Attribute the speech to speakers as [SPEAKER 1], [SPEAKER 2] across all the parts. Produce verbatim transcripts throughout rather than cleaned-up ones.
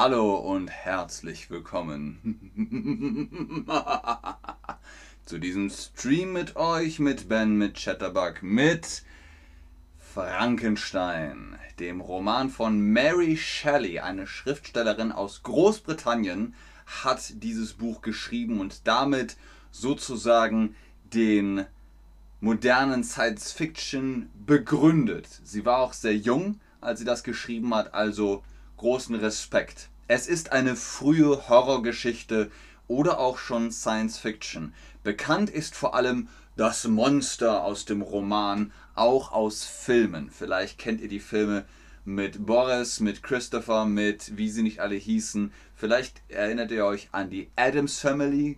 [SPEAKER 1] Hallo und herzlich willkommen zu diesem Stream mit euch, mit Ben, mit Chatterbug, mit Frankenstein, dem Roman von Mary Shelley. Eine Schriftstellerin aus Großbritannien hat dieses Buch geschrieben und damit sozusagen den modernen Science Fiction begründet. Sie war auch sehr jung, als sie das geschrieben hat, also großen Respekt. Es ist eine frühe Horrorgeschichte oder auch schon Science Fiction. Bekannt ist vor allem das Monster aus dem Roman, auch aus Filmen. Vielleicht kennt ihr die Filme mit Boris, mit Christopher, mit wie sie nicht alle hießen. Vielleicht erinnert ihr euch an die Addams Family.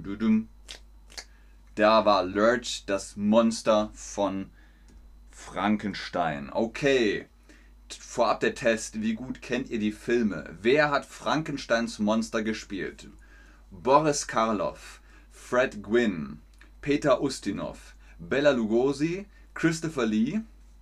[SPEAKER 1] Da war Lurch das Monster von Frankenstein. Okay, vorab der Test. Wie gut kennt ihr die Filme? Wer hat Frankensteins Monster gespielt? Boris Karloff, Fred Gwynne, Peter Ustinov, Bela Lugosi, Christopher Lee.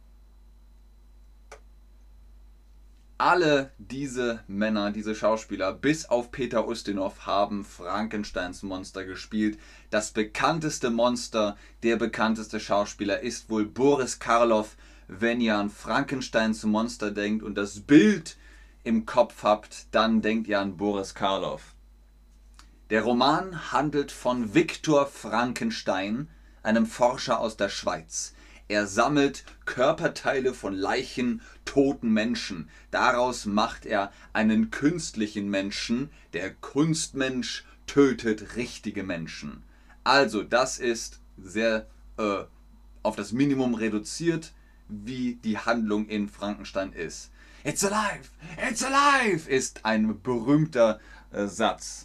[SPEAKER 1] Alle diese Männer, diese Schauspieler, bis auf Peter Ustinov, haben Frankensteins Monster gespielt. Das bekannteste Monster, der bekannteste Schauspieler ist wohl Boris Karloff. Wenn ihr an Frankensteins Monster denkt und das Bild im Kopf habt, dann denkt ihr an Boris Karloff. Der Roman handelt von Viktor Frankenstein, einem Forscher aus der Schweiz. Er sammelt Körperteile von Leichen, toten Menschen. Daraus macht er einen künstlichen Menschen. Der Kunstmensch tötet richtige Menschen. Also das ist sehr äh, auf das Minimum reduziert, wie die Handlung in Frankenstein ist. It's alive! It's alive! Ist ein berühmter äh, Satz.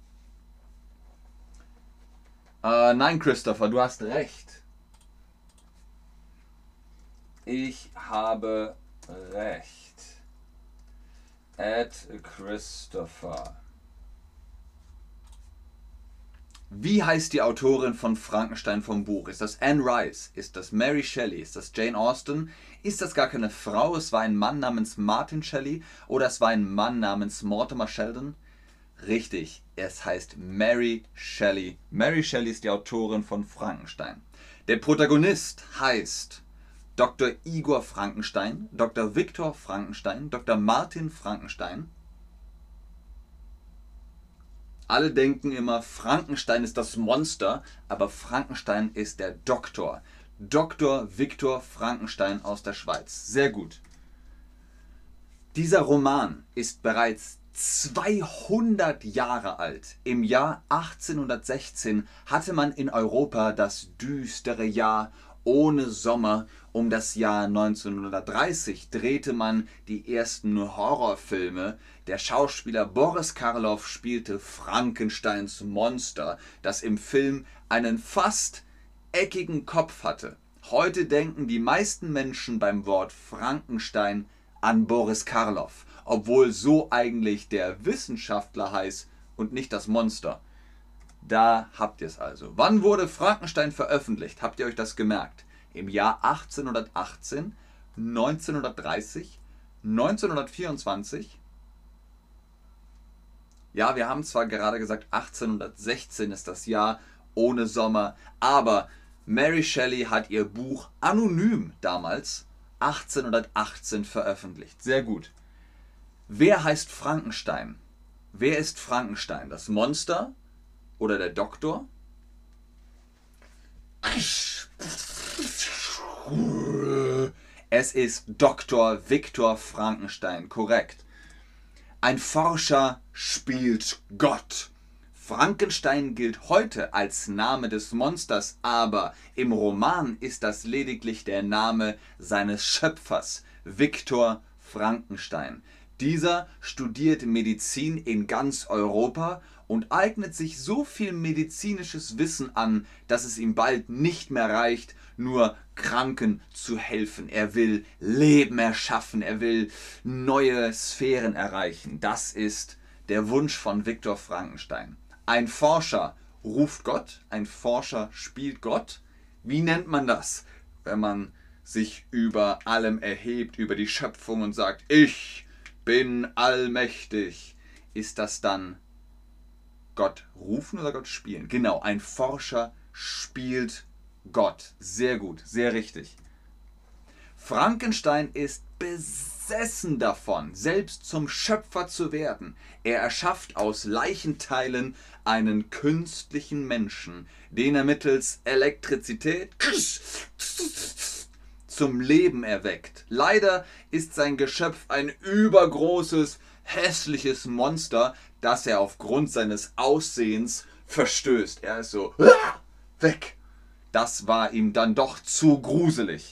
[SPEAKER 1] Äh, nein, Christopher, du hast recht. Ich habe recht. Ed Christopher. Wie heißt die Autorin von Frankenstein vom Buch? Ist das Anne Rice? Ist das Mary Shelley? Ist das Jane Austen? Ist das gar keine Frau? Es war ein Mann namens Martin Shelley? Oder es war ein Mann namens Mortimer Sheldon? Richtig, es heißt Mary Shelley. Mary Shelley ist die Autorin von Frankenstein. Der Protagonist heißt Doktor Igor Frankenstein, Doktor Viktor Frankenstein, Doktor Martin Frankenstein. Alle denken immer, Frankenstein ist das Monster, aber Frankenstein ist der Doktor. Doktor Viktor Frankenstein aus der Schweiz. Sehr gut. Dieser Roman ist bereits zweihundert Jahre alt. Im Jahr achtzehnhundertsechzehn hatte man in Europa das düstere Jahr ohne Sommer. Um das Jahr neunzehnhundertdreißig drehte man die ersten Horrorfilme. Der Schauspieler Boris Karloff spielte Frankensteins Monster, das im Film einen fast eckigen Kopf hatte. Heute denken die meisten Menschen beim Wort Frankenstein an Boris Karloff, obwohl so eigentlich der Wissenschaftler heißt und nicht das Monster. Da habt ihr es also. Wann wurde Frankenstein veröffentlicht? Habt ihr euch das gemerkt? Im Jahr achtzehnhundertachtzehn, neunzehnhundertdreißig, neunzehnhundertvierundzwanzig. Ja, wir haben zwar gerade gesagt, achtzehnhundertsechzehn ist das Jahr ohne Sommer, aber Mary Shelley hat ihr Buch anonym damals achtzehnhundertachtzehn veröffentlicht. Sehr gut. Wer heißt Frankenstein? Wer ist Frankenstein? Das Monster oder der Doktor? Es ist Doktor Viktor Frankenstein, korrekt. Ein Forscher spielt Gott. Frankenstein gilt heute als Name des Monsters, aber im Roman ist das lediglich der Name seines Schöpfers, Viktor Frankenstein. Dieser studiert Medizin in ganz Europa und eignet sich so viel medizinisches Wissen an, dass es ihm bald nicht mehr reicht, nur Kranken zu helfen. Er will Leben erschaffen, er will neue Sphären erreichen. Das ist der Wunsch von Viktor Frankenstein. Ein Forscher ruft Gott, ein Forscher spielt Gott. Wie nennt man das, wenn man sich über allem erhebt, über die Schöpfung und sagt, ich bin allmächtig. ist das dann Gott rufen oder Gott spielen? Genau, ein Forscher spielt Gott. Sehr gut, sehr richtig. Frankenstein ist besessen davon, selbst zum Schöpfer zu werden. Er erschafft aus Leichenteilen einen künstlichen Menschen, den er mittels Elektrizität zum Leben erweckt. Leider ist sein Geschöpf ein übergroßes, hässliches Monster, das er aufgrund seines Aussehens verstößt. Er ist so, weg. Das war ihm dann doch zu gruselig.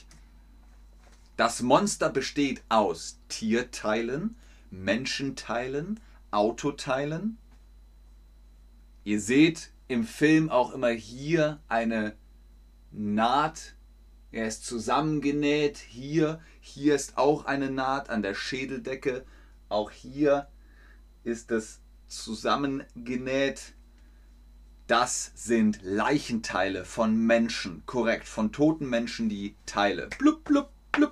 [SPEAKER 1] Das Monster besteht aus Tierteilen, Menschenteilen, Autoteilen. Ihr seht im Film auch immer hier eine Naht. Er ist zusammengenäht. Hier, hier ist auch eine Naht an der Schädeldecke. Auch hier ist es zusammengenäht. Das sind Leichenteile von Menschen. Korrekt, von toten Menschen die Teile. Blub, blub, blub.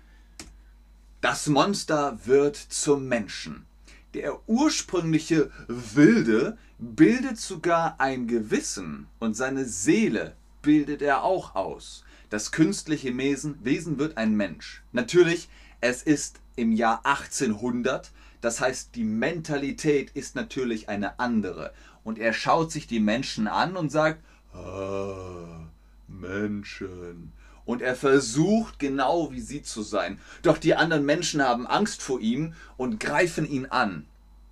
[SPEAKER 1] Das Monster wird zum Menschen. Der ursprüngliche Wilde bildet sogar ein Gewissen und seine Seele bildet er auch aus. Das künstliche Wesen wird ein Mensch. Natürlich, es ist im Jahr achtzehnhundert, das heißt, die Mentalität ist natürlich eine andere. Und er schaut sich die Menschen an und sagt, ah, Menschen. Und er versucht genau wie sie zu sein. Doch die anderen Menschen haben Angst vor ihm und greifen ihn an.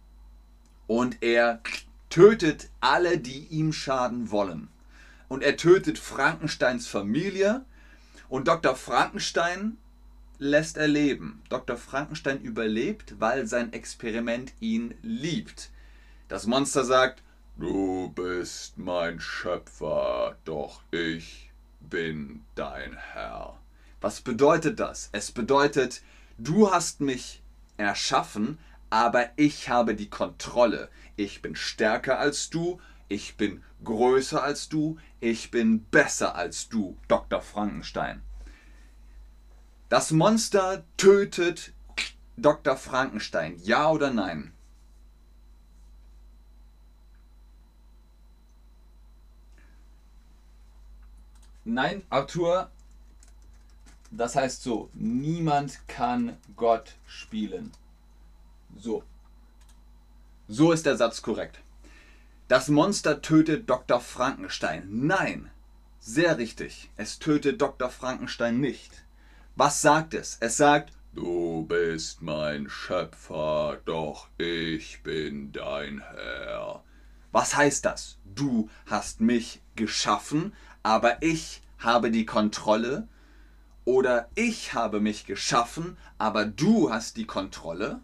[SPEAKER 1] Und er tötet alle, die ihm schaden wollen. Und er tötet Frankensteins Familie. Und Doktor Frankenstein lässt er leben. Doktor Frankenstein überlebt, weil sein Experiment ihn liebt. Das Monster sagt, du bist mein Schöpfer, doch ich bin dein Herr. Was bedeutet das? Es bedeutet, du hast mich erschaffen, aber ich habe die Kontrolle. Ich bin stärker als du, ich bin größer als du, ich bin besser als du, Doktor Frankenstein. Das Monster tötet Doktor Frankenstein, ja oder nein? Nein, Arthur, das heißt so, niemand kann Gott spielen. So. So ist der Satz korrekt. Das Monster tötet Doktor Frankenstein. Nein, sehr richtig. Es tötet Doktor Frankenstein nicht. Was sagt es? Es sagt, du bist mein Schöpfer, doch ich bin dein Herr. Was heißt das? Du hast mich geschaffen, aber ich habe die Kontrolle. Oder ich habe mich geschaffen, aber du hast die Kontrolle.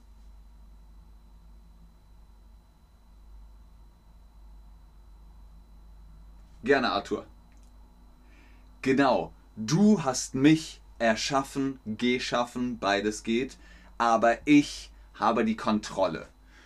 [SPEAKER 1] Gerne, Arthur. Genau, du hast mich erschaffen, geschaffen, beides geht, aber ich habe die Kontrolle.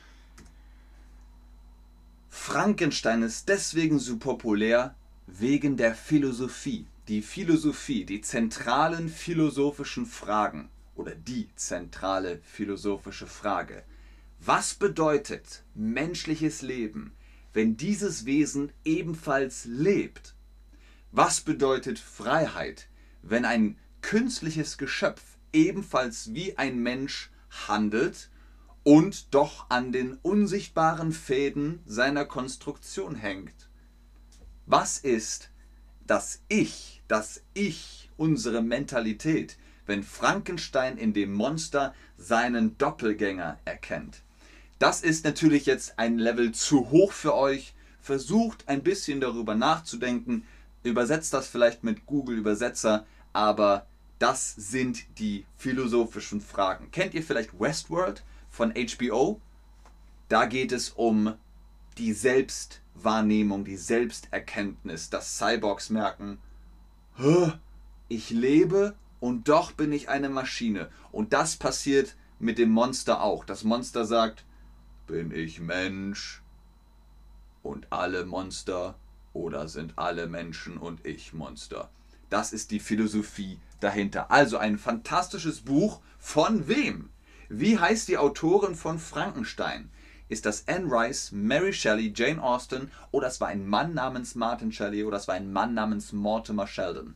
[SPEAKER 1] Frankenstein ist deswegen so populär, wegen der Philosophie. Die Philosophie, die zentralen philosophischen Fragen oder die zentrale philosophische Frage. Was bedeutet menschliches Leben, wenn dieses Wesen ebenfalls lebt? Was bedeutet Freiheit, wenn ein künstliches Geschöpf ebenfalls wie ein Mensch handelt und doch an den unsichtbaren Fäden seiner Konstruktion hängt? Was ist das Ich, das Ich, unsere Mentalität, wenn Frankenstein in dem Monster seinen Doppelgänger erkennt? Das ist natürlich jetzt ein Level zu hoch für euch. Versucht ein bisschen darüber nachzudenken. Übersetzt das vielleicht mit Google Übersetzer, aber das sind die philosophischen Fragen. Kennt ihr vielleicht Westworld von H B O? Da geht es um die Selbstwahrnehmung, die Selbsterkenntnis, dass Cyborgs merken, ich lebe und doch bin ich eine Maschine. Und das passiert mit dem Monster auch. Das Monster sagt, bin ich Mensch und alle Monster oder sind alle Menschen und ich Monster? Das ist die Philosophie dahinter. Also ein fantastisches Buch. Von wem? Wie heißt die Autorin von Frankenstein? Ist das Anne Rice, Mary Shelley, Jane Austen oder es war ein Mann namens Martin Shelley oder es war ein Mann namens Mortimer Sheldon?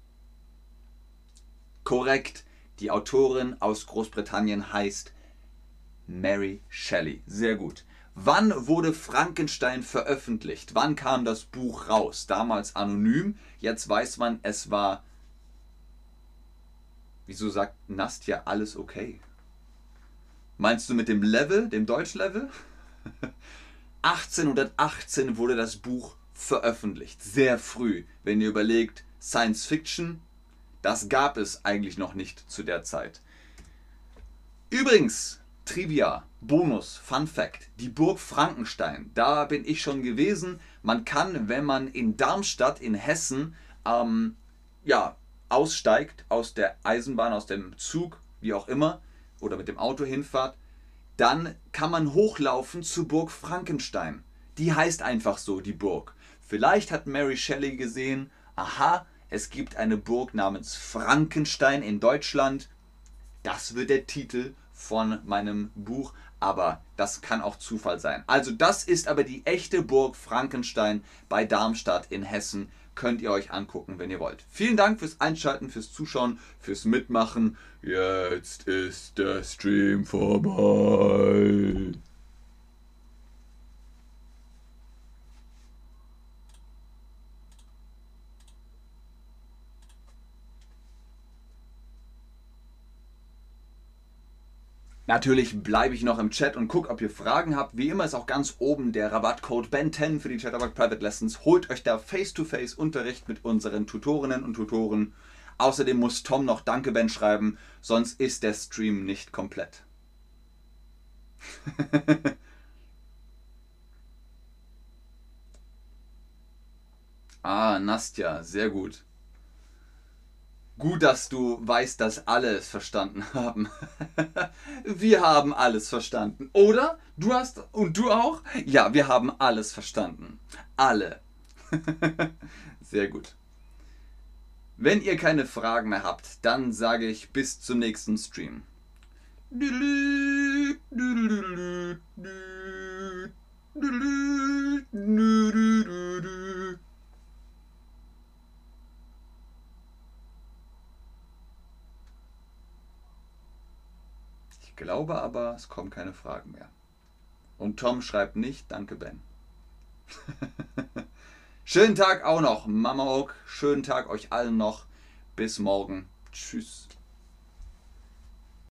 [SPEAKER 1] Korrekt. Die Autorin aus Großbritannien heißt Mary Shelley. Sehr gut. Wann wurde Frankenstein veröffentlicht? Wann kam das Buch raus? Damals anonym. Jetzt weiß man, es war... Wieso sagt Nastja alles okay? Meinst du mit dem Level, dem Deutschlevel? achtzehnhundertachtzehn wurde das Buch veröffentlicht. Sehr früh. Wenn ihr überlegt, Science Fiction, das gab es eigentlich noch nicht zu der Zeit. Übrigens, Trivia, Bonus, Fun Fact, die Burg Frankenstein, da bin ich schon gewesen. Man kann, wenn man in Darmstadt in Hessen ähm, ja, aussteigt aus der Eisenbahn, aus dem Zug, wie auch immer, oder mit dem Auto hinfahrt, dann kann man hochlaufen zur Burg Frankenstein. Die heißt einfach so, die Burg. Vielleicht hat Mary Shelley gesehen, aha, es gibt eine Burg namens Frankenstein in Deutschland. Das wird der Titel von meinem Buch, aber das kann auch Zufall sein. Also das ist aber die echte Burg Frankenstein bei Darmstadt in Hessen. Könnt ihr euch angucken, wenn ihr wollt. Vielen Dank fürs Einschalten, fürs Zuschauen, fürs Mitmachen. Jetzt ist der Stream vorbei. Natürlich bleibe ich noch im Chat und gucke, ob ihr Fragen habt. Wie immer ist auch ganz oben der Rabattcode B E N zehn für die Chatterbug Private Lessons. Holt euch da Face-to-Face-Unterricht mit unseren Tutorinnen und Tutoren. Außerdem muss Tom noch Danke Ben schreiben, sonst ist der Stream nicht komplett. Ah, Nastja, sehr gut. Gut, dass du weißt, dass alle es verstanden haben. Wir haben alles verstanden. Oder? Du hast... Und du auch? Ja, wir haben alles verstanden. Alle. Sehr gut. Wenn ihr keine Fragen mehr habt, dann sage ich bis zum nächsten Stream. Ich glaube aber, es kommen keine Fragen mehr. Und Tom schreibt nicht, danke Ben. Schönen Tag auch noch, Mama Oak. Schönen Tag euch allen noch. Bis morgen. Tschüss.